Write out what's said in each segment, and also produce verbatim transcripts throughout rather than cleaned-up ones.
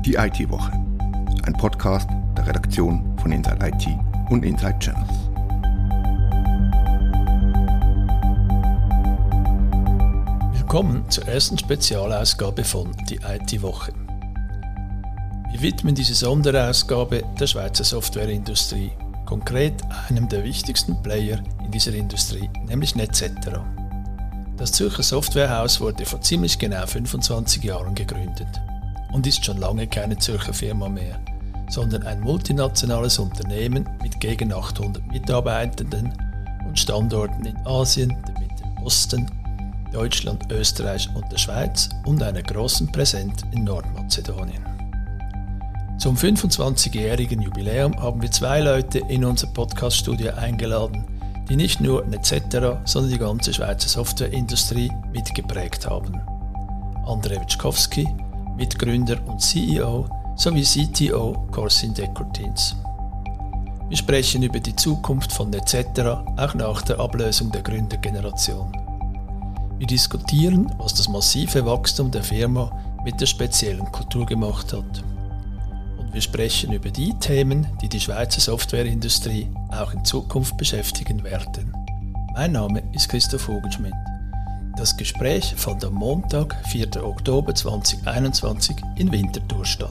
Die I T-Woche, ein Podcast der Redaktion von Inside I T und Inside Channels. Willkommen zur ersten Spezialausgabe von Die I T-Woche. Wir widmen diese Sonderausgabe der Schweizer Softwareindustrie, konkret einem der wichtigsten Player in dieser Industrie, nämlich Netzetera. Das Zürcher Softwarehaus wurde vor ziemlich genau fünfundzwanzig Jahren gegründet und ist schon lange keine Zürcher Firma mehr, sondern ein multinationales Unternehmen mit gegen achthundert Mitarbeitenden und Standorten in Asien, dem Mittleren Osten, Deutschland, Österreich und der Schweiz und einer großen Präsenz in Nordmazedonien. Zum fünfundzwanzigjährigen Jubiläum haben wir zwei Leute in unser Podcast-Studio eingeladen, die nicht nur Netzetera, sondern die ganze Schweizer Softwareindustrie mitgeprägt haben. André Wiczkowski, Mitgründer und C E O, sowie C T O Corsin Decurtins. Wir sprechen über die Zukunft von Netzetera, auch nach der Ablösung der Gründergeneration. Wir diskutieren, was das massive Wachstum der Firma mit der speziellen Kultur gemacht hat. Und wir sprechen über die Themen, die die Schweizer Softwareindustrie auch in Zukunft beschäftigen werden. Mein Name ist Christoph Hugenschmidt. Das Gespräch fand am Montag, vierten Oktober zweitausendeinundzwanzig in Winterthur statt.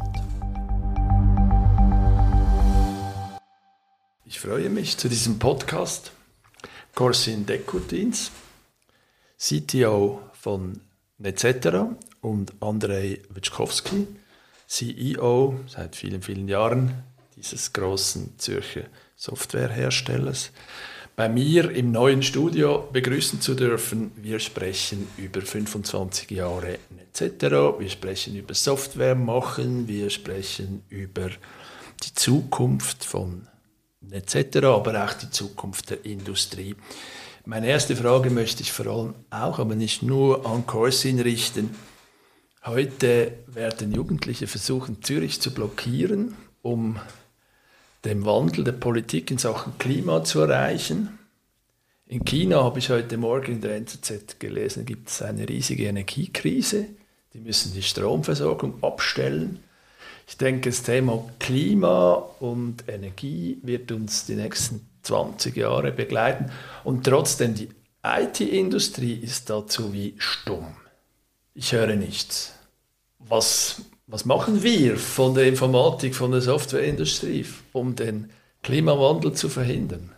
Ich freue mich zu diesem Podcast. Corsin Decurtins, C T O von Netzetera, und André Wiczkowski, C E O seit vielen, vielen Jahren dieses großen Zürcher Softwareherstellers, bei mir im neuen Studio begrüßen zu dürfen. Wir sprechen über fünfundzwanzig Jahre Netzetera, wir sprechen über Software machen, wir sprechen über die Zukunft von Netzetera, aber auch die Zukunft der Industrie. Meine erste Frage möchte ich vor allem auch, aber nicht nur an Corsin richten. Heute werden Jugendliche versuchen, Zürich zu blockieren, um den Wandel der Politik in Sachen Klima zu erreichen. In China, habe ich heute Morgen in der N Z Z gelesen, gibt es eine riesige Energiekrise. Die müssen die Stromversorgung abstellen. Ich denke, das Thema Klima und Energie wird uns die nächsten zwanzig Jahre begleiten. Und trotzdem, die I T-Industrie ist dazu wie stumm. Ich höre nichts. Was, was machen wir von der Informatik, von der Softwareindustrie, um den Klimawandel zu verhindern?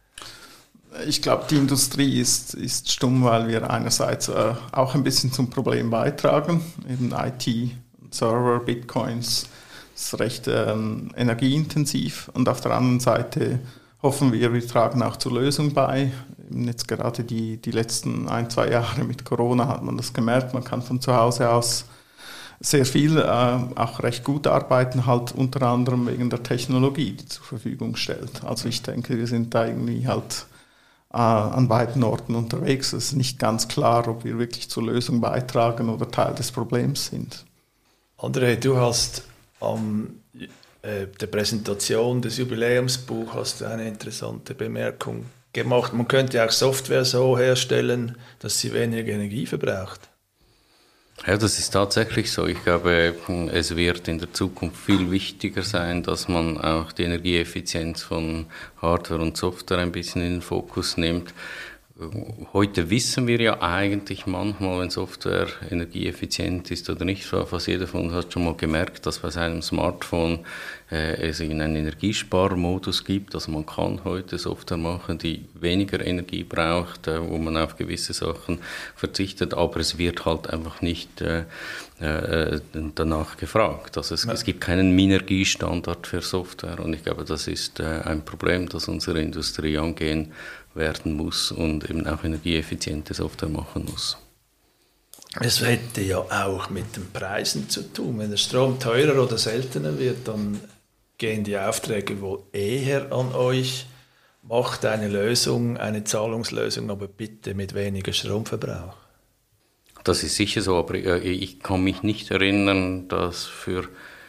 Ich glaube, die Industrie ist, ist stumm, weil wir einerseits äh, auch ein bisschen zum Problem beitragen. Eben I T, Server, Bitcoins, ist recht ähm, energieintensiv. Und auf der anderen Seite hoffen wir, wir tragen auch zur Lösung bei. Jetzt gerade die, die letzten ein, zwei Jahre mit Corona hat man das gemerkt. Man kann von zu Hause aus sehr viel, äh, auch recht gut arbeiten, halt unter anderem wegen der Technologie, die zur Verfügung stellt. Also ich denke, wir sind da irgendwie halt äh, an beiden Orten unterwegs. Es ist nicht ganz klar, ob wir wirklich zur Lösung beitragen oder Teil des Problems sind. André, du hast am äh, der Präsentation des Jubiläumsbuchs hast du eine interessante Bemerkung gemacht. Man könnte auch Software so herstellen, dass sie weniger Energie verbraucht. Ja, das ist tatsächlich so. Ich glaube, es wird in der Zukunft viel wichtiger sein, dass man auch die Energieeffizienz von Hardware und Software ein bisschen in den Fokus nimmt. Heute wissen wir ja eigentlich manchmal, wenn Software energieeffizient ist oder nicht. Fast jeder von uns hat schon mal gemerkt, dass bei seinem Smartphone äh, es in einen Energiesparmodus gibt. Also man kann heute Software machen, die weniger Energie braucht, äh, wo man auf gewisse Sachen verzichtet, aber es wird halt einfach nicht äh, äh, danach gefragt. Also es, ja. es gibt keinen Minergiestandard für Software und ich glaube, das ist äh, ein Problem, das unsere Industrie angehen werden muss und eben auch energieeffiziente Software machen muss. Es hätte ja auch mit den Preisen zu tun. Wenn der Strom teurer oder seltener wird, dann gehen die Aufträge wohl eher an euch. Macht eine Lösung, eine Zahlungslösung, aber bitte mit weniger Stromverbrauch. Das ist sicher so, aber ich kann mich nicht erinnern, dass für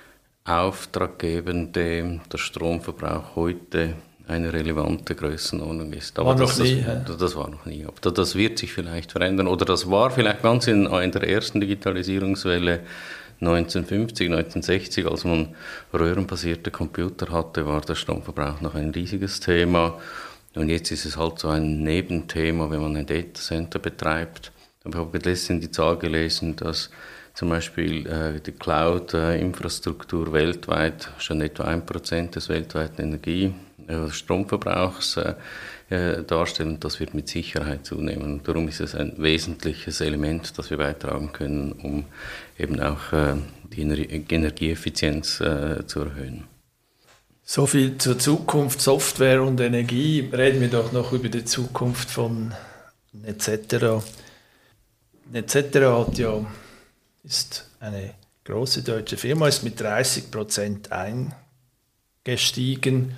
Auftraggebende der Stromverbrauch heute eine relevante Größenordnung ist. Aber war das, noch nie, das, ja. das war noch nie. Aber das wird sich vielleicht verändern. Oder das war vielleicht ganz in, in der ersten Digitalisierungswelle neunzehnhundertfünfzig, neunzehnhundertsechzig, als man röhrenbasierte Computer hatte, war der Stromverbrauch noch ein riesiges Thema. Und jetzt ist es halt so ein Nebenthema, wenn man ein Datacenter betreibt. Ich habe letztens die Zahl gelesen, dass zum Beispiel äh, die Cloud-Infrastruktur weltweit schon etwa ein Prozent des weltweiten Energie- äh, Stromverbrauchs äh, äh, darstellen. Das wird mit Sicherheit zunehmen. Und darum ist es ein wesentliches Element, das wir beitragen können, um eben auch äh, die Ener- Energieeffizienz äh, zu erhöhen. So viel zur Zukunft Software und Energie. Reden wir doch noch über die Zukunft von Netzetera. Netzetera hat ja, ist eine große deutsche Firma, ist mit dreißig Prozent eingestiegen.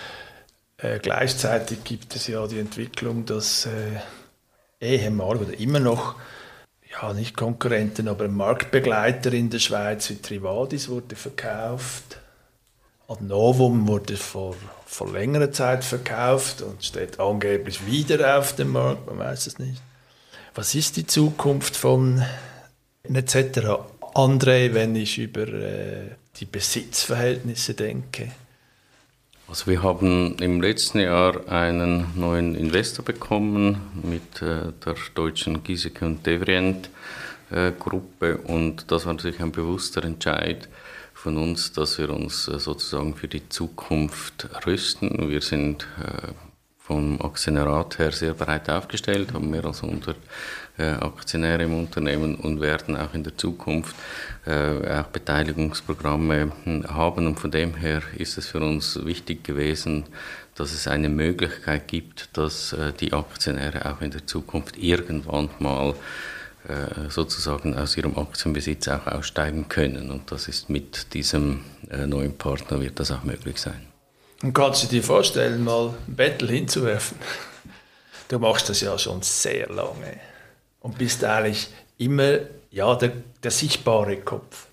Äh, gleichzeitig gibt es ja die Entwicklung, dass äh, ehemalig oder immer noch, ja nicht Konkurrenten, aber Marktbegleiter in der Schweiz wie Trivadis wurde verkauft. Ad Novum wurde vor, vor längerer Zeit verkauft und steht angeblich wieder auf dem Markt, man weiß es nicht. Was ist die Zukunft von Netzetera? André, wenn ich über äh, die Besitzverhältnisse denke? Also wir haben im letzten Jahr einen neuen Investor bekommen mit äh, der deutschen Giesecke und Devrient äh, Gruppe, und das war natürlich ein bewusster Entscheid von uns, dass wir uns äh, sozusagen für die Zukunft rüsten. Wir sind äh, vom Aktionärat her sehr breit aufgestellt, haben mehr als hundert äh, Aktionäre im Unternehmen und werden auch in der Zukunft äh, auch Beteiligungsprogramme äh, haben. Und von dem her ist es für uns wichtig gewesen, dass es eine Möglichkeit gibt, dass äh, die Aktionäre auch in der Zukunft irgendwann mal äh, sozusagen aus ihrem Aktienbesitz auch aussteigen können. Und das ist mit diesem äh, neuen Partner wird das auch möglich sein. Und kannst du dir vorstellen, mal ein Bettel hinzuwerfen? Du machst das ja schon sehr lange und bist eigentlich immer ja, der, der sichtbare Kopf.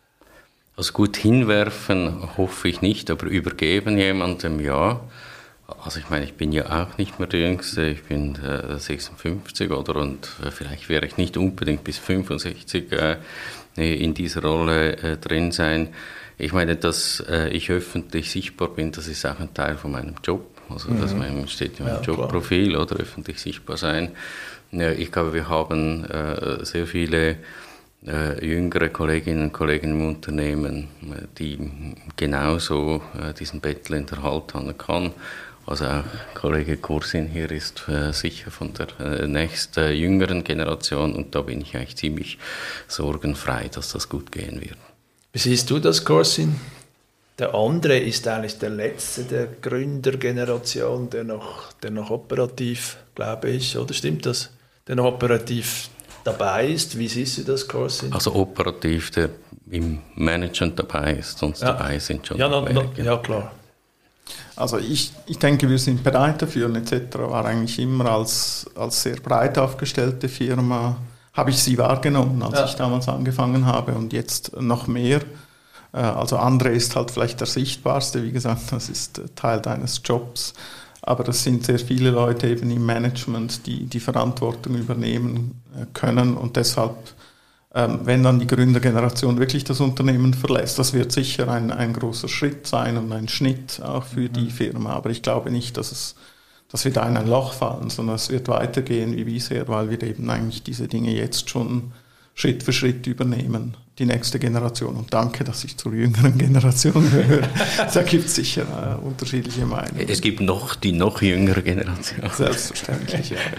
Also gut hinwerfen hoffe ich nicht, aber übergeben jemandem ja. Also ich meine, ich bin ja auch nicht mehr der Jüngste, ich bin äh, sechsundfünfzig oder und äh, vielleicht wäre ich nicht unbedingt bis fünfundsechzig äh, in dieser Rolle äh, drin sein. Ich meine, dass äh, ich öffentlich sichtbar bin, das ist auch ein Teil von meinem Job. Also mhm. das steht in meinem ja, Jobprofil, oder öffentlich sichtbar sein. Ja, ich glaube, wir haben äh, sehr viele äh, jüngere Kolleginnen und Kollegen im Unternehmen, die genauso äh, diesen Bettel in der Halthanne kann. Also auch Kollege Kursin hier ist äh, sicher von der äh, nächsten äh, jüngeren Generation, und da bin ich eigentlich ziemlich sorgenfrei, dass das gut gehen wird. Wie siehst du das, Kursin? Der andere ist eigentlich der letzte der Gründergeneration, der noch, der noch operativ, glaube ich, oder stimmt das? Der noch operativ dabei ist. Wie siehst du das, Kursin? Also operativ, der im Management dabei ist, sonst ja. dabei sind schon. Ja, no, no, ja klar. Also ich, ich denke, wir sind bereit dafür. Netzetera war eigentlich immer als, als sehr breit aufgestellte Firma, habe ich sie wahrgenommen, als ja. ich damals angefangen habe, und jetzt noch mehr. Also André ist halt vielleicht der sichtbarste, wie gesagt, das ist Teil deines Jobs, aber das sind sehr viele Leute eben im Management, die die Verantwortung übernehmen können, und deshalb, wenn dann die Gründergeneration wirklich das Unternehmen verlässt, das wird sicher ein, ein großer Schritt sein und ein Schnitt auch für die Firma, aber ich glaube nicht, dass es dass wir da in ein Loch fallen, sondern es wird weitergehen wie bisher, weil wir eben eigentlich diese Dinge jetzt schon Schritt für Schritt übernehmen, die nächste Generation. Und danke, dass ich zur jüngeren Generation gehöre. Da gibt es sicher äh, unterschiedliche Meinungen. Es gibt noch die noch jüngere Generation. Selbstverständlich, ja.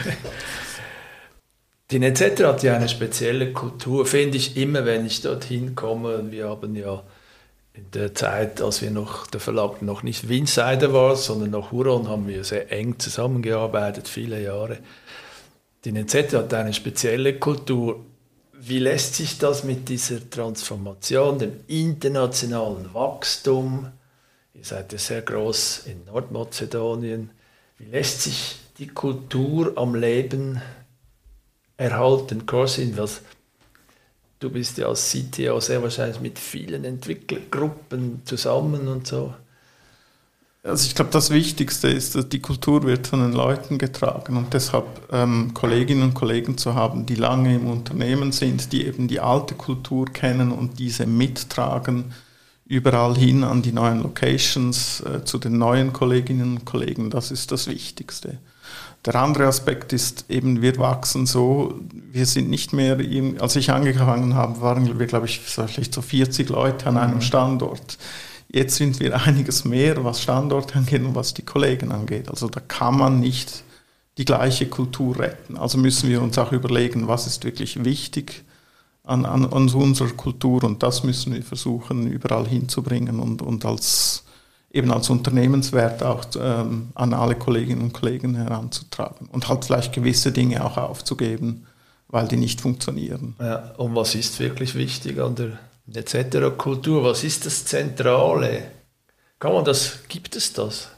Die Netzetera hat ja eine spezielle Kultur, finde ich immer, wenn ich dorthin komme. Wir haben ja in der Zeit, als wir noch, der Verlag noch nicht Winsider war, sondern noch Huron, haben wir sehr eng zusammengearbeitet, viele Jahre. Die Netzetera hat eine spezielle Kultur. Wie lässt sich das mit dieser Transformation, dem internationalen Wachstum, ihr seid ja sehr groß in Nordmazedonien, wie lässt sich die Kultur am Leben erhalten? Kursin, was du bist ja als C T O sehr wahrscheinlich mit vielen Entwicklergruppen zusammen und so. Also ich glaube, das Wichtigste ist, dass die Kultur wird von den Leuten getragen und deshalb ähm, Kolleginnen und Kollegen zu haben, die lange im Unternehmen sind, die eben die alte Kultur kennen und diese mittragen, überall hin an die neuen Locations, äh, zu den neuen Kolleginnen und Kollegen, das ist das Wichtigste. Der andere Aspekt ist eben, wir wachsen so, wir sind nicht mehr, im, als ich angefangen habe, waren wir, glaube ich, vielleicht so vierzig Leute an einem Standort. Jetzt sind wir einiges mehr, was Standort angeht und was die Kollegen angeht. Also da kann man nicht die gleiche Kultur retten. Also müssen wir uns auch überlegen, was ist wirklich wichtig an, an, an unserer Kultur und das müssen wir versuchen, überall hinzubringen und, und als, eben als Unternehmenswert auch ähm, an alle Kolleginnen und Kollegen heranzutragen und halt vielleicht gewisse Dinge auch aufzugeben, weil die nicht funktionieren. Ja, und was ist wirklich wichtig an der et cetera Kultur? Was ist das Zentrale? Kann man das, gibt es das?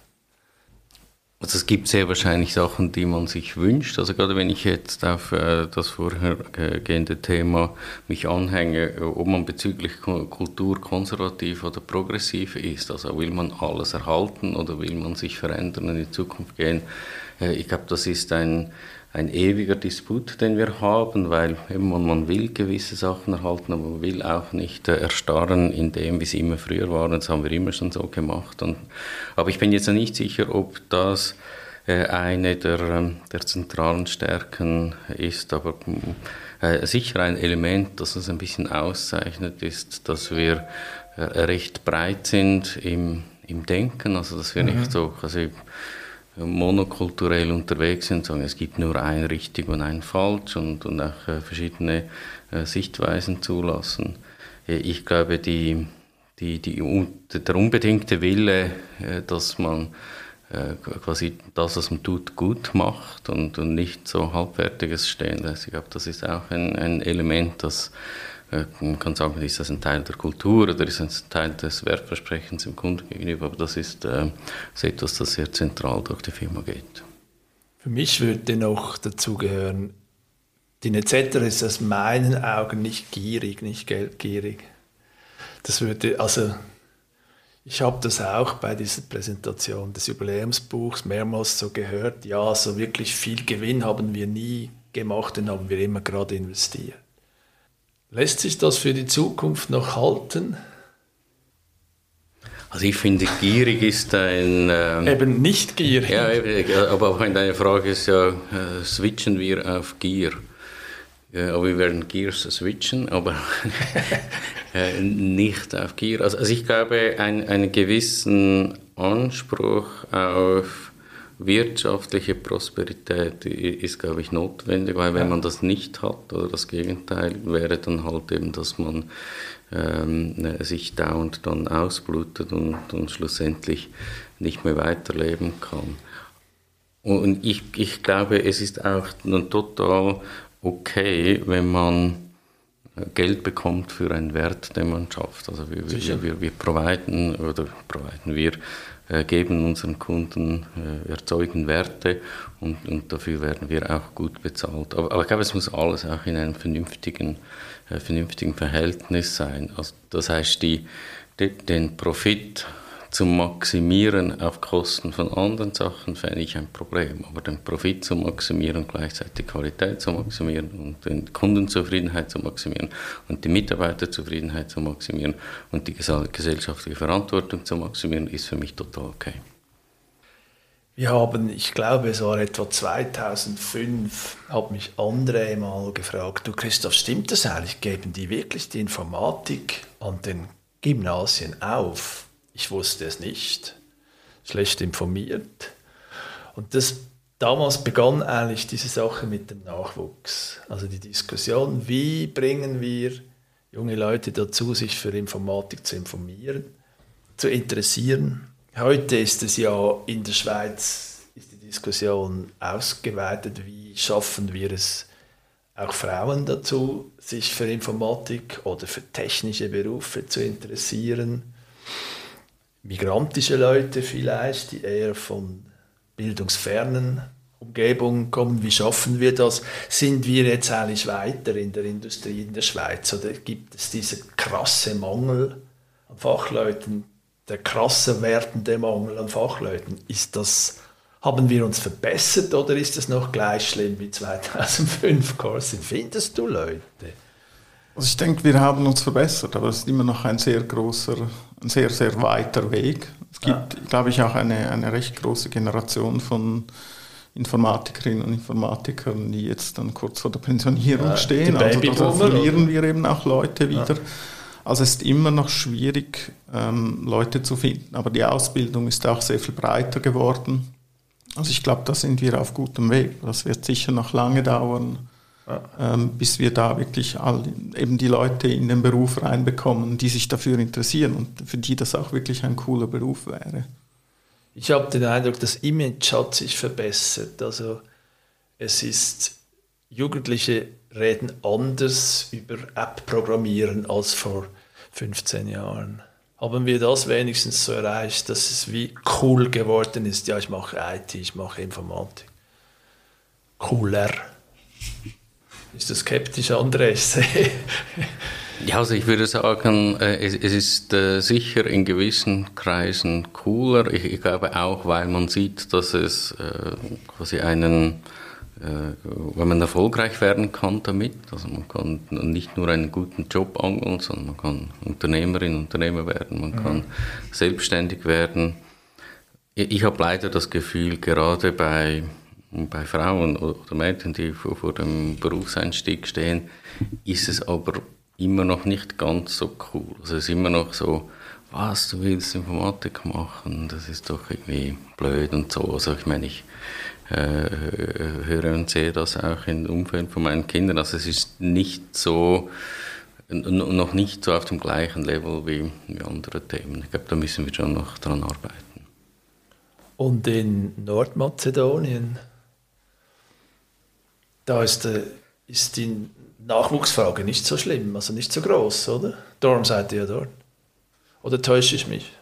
Also es gibt sehr wahrscheinlich Sachen, die man sich wünscht. Also gerade wenn ich jetzt auf äh, das vorhergehende Thema mich anhänge, ob man bezüglich Kultur konservativ oder progressiv ist. Also will man alles erhalten oder will man sich verändern und in die Zukunft gehen? Äh, ich glaube, das ist ein ein ewiger Disput, den wir haben, weil eben man, man will gewisse Sachen erhalten, aber man will auch nicht äh, erstarren in dem, wie es immer früher war. Das haben wir immer schon so gemacht. Und, aber ich bin jetzt noch nicht sicher, ob das äh, eine der, ähm, der zentralen Stärken ist. Aber äh, sicher ein Element, das uns ein bisschen auszeichnet, ist, dass wir äh, recht breit sind im, im Denken. Also dass wir mhm. nicht so quasi monokulturell unterwegs sind, sagen, es gibt nur ein richtig und ein falsch und, und auch äh, verschiedene äh, Sichtweisen zulassen. Äh, ich glaube, die, die, die, der unbedingte Wille, äh, dass man äh, quasi das, was man tut, gut macht und, und nicht so halbfertiges stehen lässt, ich glaube, das ist auch ein, ein Element, das man kann sagen, ist das ein Teil der Kultur oder ist das ein Teil des Wertversprechens dem Kunden gegenüber, aber das ist, äh, ist etwas, das sehr zentral durch die Firma geht. Für mich würde noch dazu gehören, die et cetera ist aus meinen Augen nicht gierig, nicht geldgierig. Das würde, also ich habe das auch bei dieser Präsentation des Jubiläumsbuchs mehrmals so gehört, ja, so wirklich viel Gewinn haben wir nie gemacht, den haben wir immer gerade investiert. Lässt sich das für die Zukunft noch halten? Also ich finde, gierig ist ein... Ähm, eben nicht gierig. Ja, aber auch deine Frage ist ja, äh, switchen wir auf Gier? Ja, aber wir werden Gears switchen, aber äh, nicht auf Gier. Also, also ich glaube, ein, einen gewissen Anspruch auf wirtschaftliche Prosperität ist, glaube ich, notwendig, weil wenn man das nicht hat, oder das Gegenteil wäre dann halt eben, dass man ähm, sich dauernd dann ausblutet und, und schlussendlich nicht mehr weiterleben kann. Und ich, ich glaube, es ist auch total okay, wenn man Geld bekommt für einen Wert, den man schafft. Also wir, wir, wir, wir providen, oder providen wir geben unseren Kunden, äh, erzeugen Werte und, und dafür werden wir auch gut bezahlt. Aber, aber ich glaube, es muss alles auch in einem vernünftigen, äh, vernünftigen Verhältnis sein. Also das heißt, die, die, den Profit zu maximieren auf Kosten von anderen Sachen, fände ich ein Problem. Aber den Profit zu maximieren, gleichzeitig die Qualität zu maximieren und die Kundenzufriedenheit zu maximieren und die Mitarbeiterzufriedenheit zu maximieren und die gesellschaftliche Verantwortung zu maximieren, ist für mich total okay. Wir haben, ich glaube, es war etwa zweitausendfünf, hat mich André mal gefragt, du Christoph, stimmt das eigentlich? Geben die wirklich die Informatik an den Gymnasien auf? Ich wusste es nicht, schlecht informiert. Und das, damals begann eigentlich diese Sache mit dem Nachwuchs. Also die Diskussion, wie bringen wir junge Leute dazu, sich für Informatik zu informieren, zu interessieren. Heute ist es ja in der Schweiz, ist die Diskussion ausgeweitet, wie schaffen wir es, auch Frauen dazu, sich für Informatik oder für technische Berufe zu interessieren. Migrantische Leute vielleicht, die eher von bildungsfernen Umgebungen kommen. Wie schaffen wir das? Sind wir jetzt eigentlich weiter in der Industrie in der Schweiz oder gibt es diesen krassen Mangel an Fachleuten, der krasse werdende Mangel an Fachleuten, ist das, haben wir uns verbessert oder ist es noch gleich schlimm wie zweitausendfünf, Carsten? Findest du Leute? Also ich denke, wir haben uns verbessert, aber es ist immer noch ein sehr großer, ein sehr, sehr weiter Weg. Es gibt, ja. glaube ich, auch eine, eine recht große Generation von Informatikerinnen und Informatikern, die jetzt dann kurz vor der Pensionierung ja, stehen. Also da verlieren wir eben auch Leute wieder. Ja. Also es ist immer noch schwierig, ähm, Leute zu finden, aber die Ausbildung ist auch sehr viel breiter geworden. Also ich glaube, da sind wir auf gutem Weg. Das wird sicher noch lange dauern, ja. ähm, bis wir da wirklich all, eben die Leute in den Beruf reinbekommen, die sich dafür interessieren und für die das auch wirklich ein cooler Beruf wäre. Ich habe den Eindruck, das Image hat sich verbessert. Also es ist, Jugendliche reden anders über App-Programmieren als vor fünfzehn Jahren. Haben wir das wenigstens so erreicht, dass es wie cool geworden ist? Ja, ich mache I T, ich mache Informatik. Cooler. Ist das skeptisch, Andres? Ja, also ich würde sagen, es, es ist äh, sicher in gewissen Kreisen cooler. Ich, ich glaube auch, weil man sieht, dass es äh, quasi einen, äh, wenn man erfolgreich werden kann damit, also man kann nicht nur einen guten Job angeln, sondern man kann Unternehmerin, Unternehmer werden, man kann mhm. selbstständig werden. Ich, ich habe leider das Gefühl, gerade bei, bei Frauen oder Mädchen, die vor, vor dem Berufseinstieg stehen, ist es aber immer noch nicht ganz so cool. Also es ist immer noch so, was, du willst Informatik machen, das ist doch irgendwie blöd und so. Also ich meine, ich äh, höre und sehe das auch im Umfeld von meinen Kindern. Also es ist nicht so, noch nicht so auf dem gleichen Level wie, wie andere Themen. Ich glaube, da müssen wir schon noch dran arbeiten. Und in Nordmazedonien, da ist, äh, ist die Nachwuchsfrage nicht so schlimm, also nicht so groß, oder? Darum seid ihr ja dort. Oder täusche ich mich?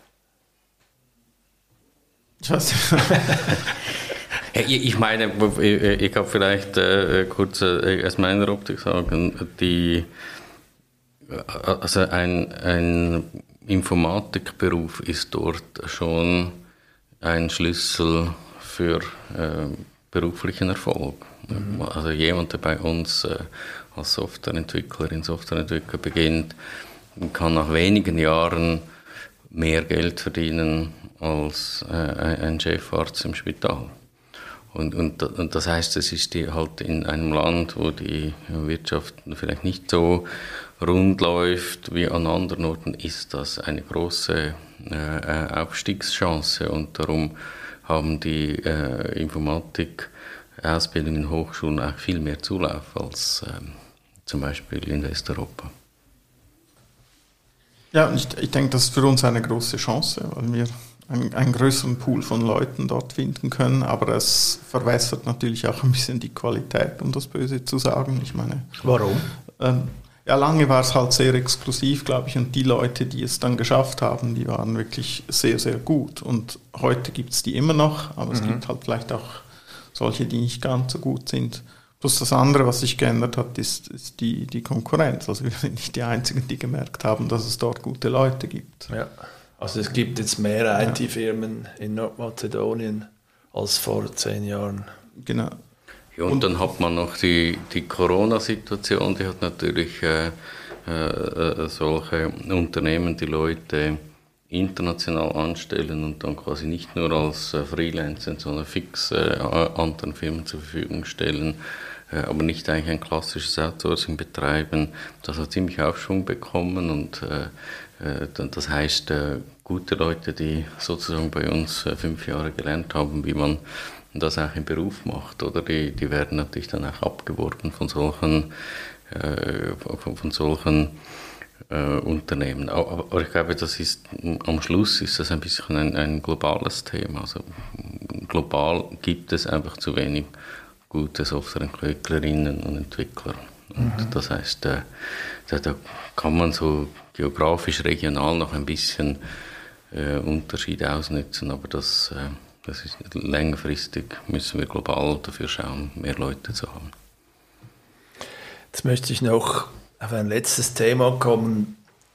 Ich weiß nicht. Ich meine, ich kann vielleicht äh, kurz äh, aus meiner Optik sagen, die, also ein, ein Informatikberuf ist dort schon ein Schlüssel für äh, beruflichen Erfolg. Mhm. Also jemand, der bei uns äh, als Softwareentwicklerin, Softwareentwickler beginnt, kann nach wenigen Jahren mehr Geld verdienen als äh, ein Chefarzt im Spital. Und, und, und das heißt, es ist die halt in einem Land, wo die Wirtschaft vielleicht nicht so rund läuft wie an anderen Orten, ist das eine große äh, Aufstiegschance. Und darum haben die äh, Informatik-Ausbildung in Hochschulen auch viel mehr Zulauf als ähm, zum Beispiel in Westeuropa. Ja, ich, ich denke, das ist für uns eine große Chance, weil wir einen, einen größeren Pool von Leuten dort finden können, aber es verwässert natürlich auch ein bisschen die Qualität, um das Böse zu sagen. Ich meine, warum? Ähm, ja, lange war es halt sehr exklusiv, glaube ich, und die Leute, die es dann geschafft haben, die waren wirklich sehr, sehr gut. Und heute gibt es die immer noch, aber mhm. es gibt halt vielleicht auch solche, die nicht ganz so gut sind. Plus das andere, was sich geändert hat, ist, ist die, die Konkurrenz. Also wir sind nicht die Einzigen, die gemerkt haben, dass es dort gute Leute gibt. Ja. Also es gibt jetzt mehr I T-Firmen ja. in Nordmazedonien als vor zehn Jahren. Genau. Ja, und, und dann hat man noch die, die Corona-Situation, die hat natürlich äh, äh, solche Unternehmen, die Leute international anstellen und dann quasi nicht nur als äh, Freelancer, sondern fix äh, anderen Firmen zur Verfügung stellen, äh, aber nicht eigentlich ein klassisches Outsourcing betreiben. Das hat ziemlich Aufschwung bekommen und äh, äh, das heißt, äh, gute Leute, die sozusagen bei uns äh, fünf Jahre gelernt haben, wie man das auch im Beruf macht, oder die, die werden natürlich dann auch abgeworben von solchen, äh, von, von solchen äh, Unternehmen. Aber, aber ich glaube, das ist am Schluss ist das ein bisschen ein, ein globales Thema. Also global gibt es einfach zu wenig gute Softwareentwicklerinnen und Entwickler. Und mhm. das heißt, äh, da, da kann man so geografisch, regional noch ein bisschen äh, Unterschiede ausnutzen, aber das äh, Das ist längerfristig, müssen wir global dafür schauen, mehr Leute zu haben. Jetzt möchte ich noch auf ein letztes Thema kommen,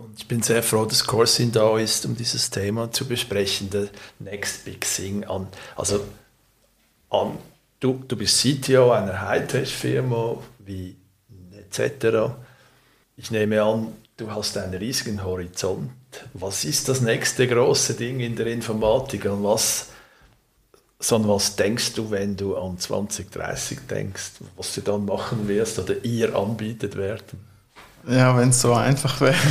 Und ich bin sehr froh, dass Corsin da ist, um dieses Thema zu besprechen, the next big thing. An, also an, du, du bist C T O einer Hightech-Firma wie et cetera. Ich nehme an, du hast einen riesigen Horizont. Was ist das nächste große Ding in der Informatik? An was, so an was denkst du, wenn du an zwanzig dreißig denkst, was du dann machen wirst oder ihr anbietet werden? Ja, wenn es so einfach wäre,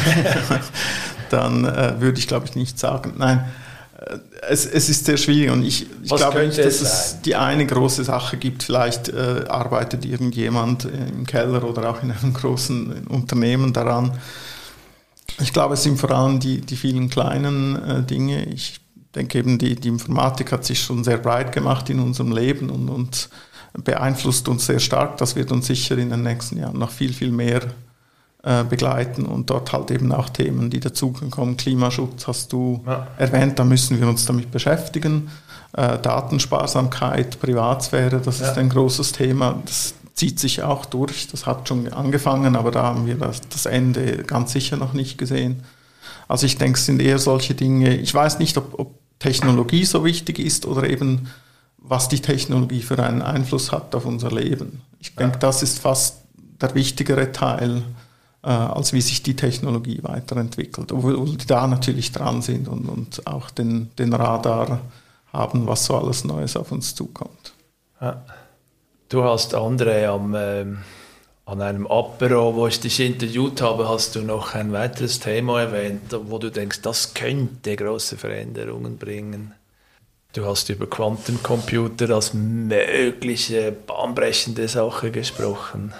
dann äh, würde ich, glaube ich, nicht sagen. Nein, äh, es, es ist sehr schwierig und ich, ich glaube nicht, dass es, es die eine große Sache gibt. Vielleicht äh, arbeitet irgendjemand im Keller oder auch in einem großen Unternehmen daran. Ich glaube, es sind vor allem die, die vielen kleinen äh, Dinge. Ich denke eben, die, die Informatik hat sich schon sehr breit gemacht in unserem Leben und, und beeinflusst uns sehr stark. Das wird uns sicher in den nächsten Jahren noch viel, viel mehr begleiten und dort halt eben auch Themen, die dazukommen. Klimaschutz hast du ja. erwähnt, da müssen wir uns damit beschäftigen. Äh, Datensparsamkeit, Privatsphäre, das ja. ist ein großes Thema. Das zieht sich auch durch, das hat schon angefangen, aber da haben wir das, das Ende ganz sicher noch nicht gesehen. Also ich denke, es sind eher solche Dinge, ich weiß nicht, ob, ob Technologie so wichtig ist oder eben, was die Technologie für einen Einfluss hat auf unser Leben. Ich denke, ja. das ist fast der wichtigere Teil, als wie sich die Technologie weiterentwickelt, obwohl die da natürlich dran sind und, und auch den, den Radar haben, was so alles Neues auf uns zukommt. Ja. Du hast andere am, ähm, an einem Apero, wo ich dich interviewt habe, hast du noch ein weiteres Thema erwähnt, wo du denkst, das könnte große Veränderungen bringen. Du hast über Quantencomputer als mögliche bahnbrechende Sache gesprochen.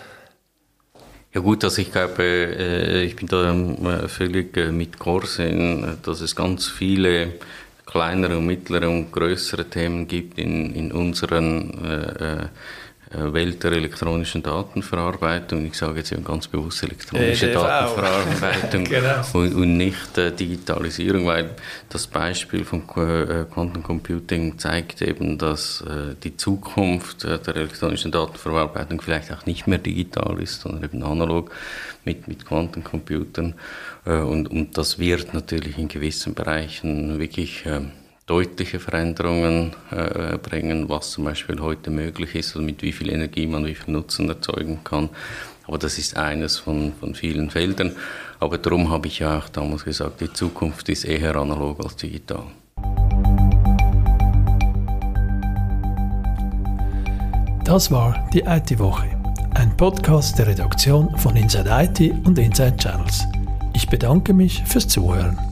Ja gut, also ich glaube, ich bin da völlig mit Corsin, dass es ganz viele kleinere und mittlere und größere Themen gibt in, in unseren Welt der elektronischen Datenverarbeitung. Ich sage jetzt eben ganz bewusst elektronische E D V. Datenverarbeitung genau. und, und nicht äh, Digitalisierung, weil das Beispiel von äh, Quantencomputing zeigt eben, dass äh, die Zukunft äh, der elektronischen Datenverarbeitung vielleicht auch nicht mehr digital ist, sondern eben analog mit, mit Quantencomputern. Äh, und, und das wird natürlich in gewissen Bereichen wirklich äh, deutliche Veränderungen äh, bringen, was zum Beispiel heute möglich ist und mit wie viel Energie man wie viel Nutzen erzeugen kann. Aber das ist eines von, von vielen Feldern. Aber darum habe ich ja auch damals gesagt, die Zukunft ist eher analog als digital. Das war die I T-Woche, ein Podcast der Redaktion von Inside I T und Inside Channels. Ich bedanke mich fürs Zuhören.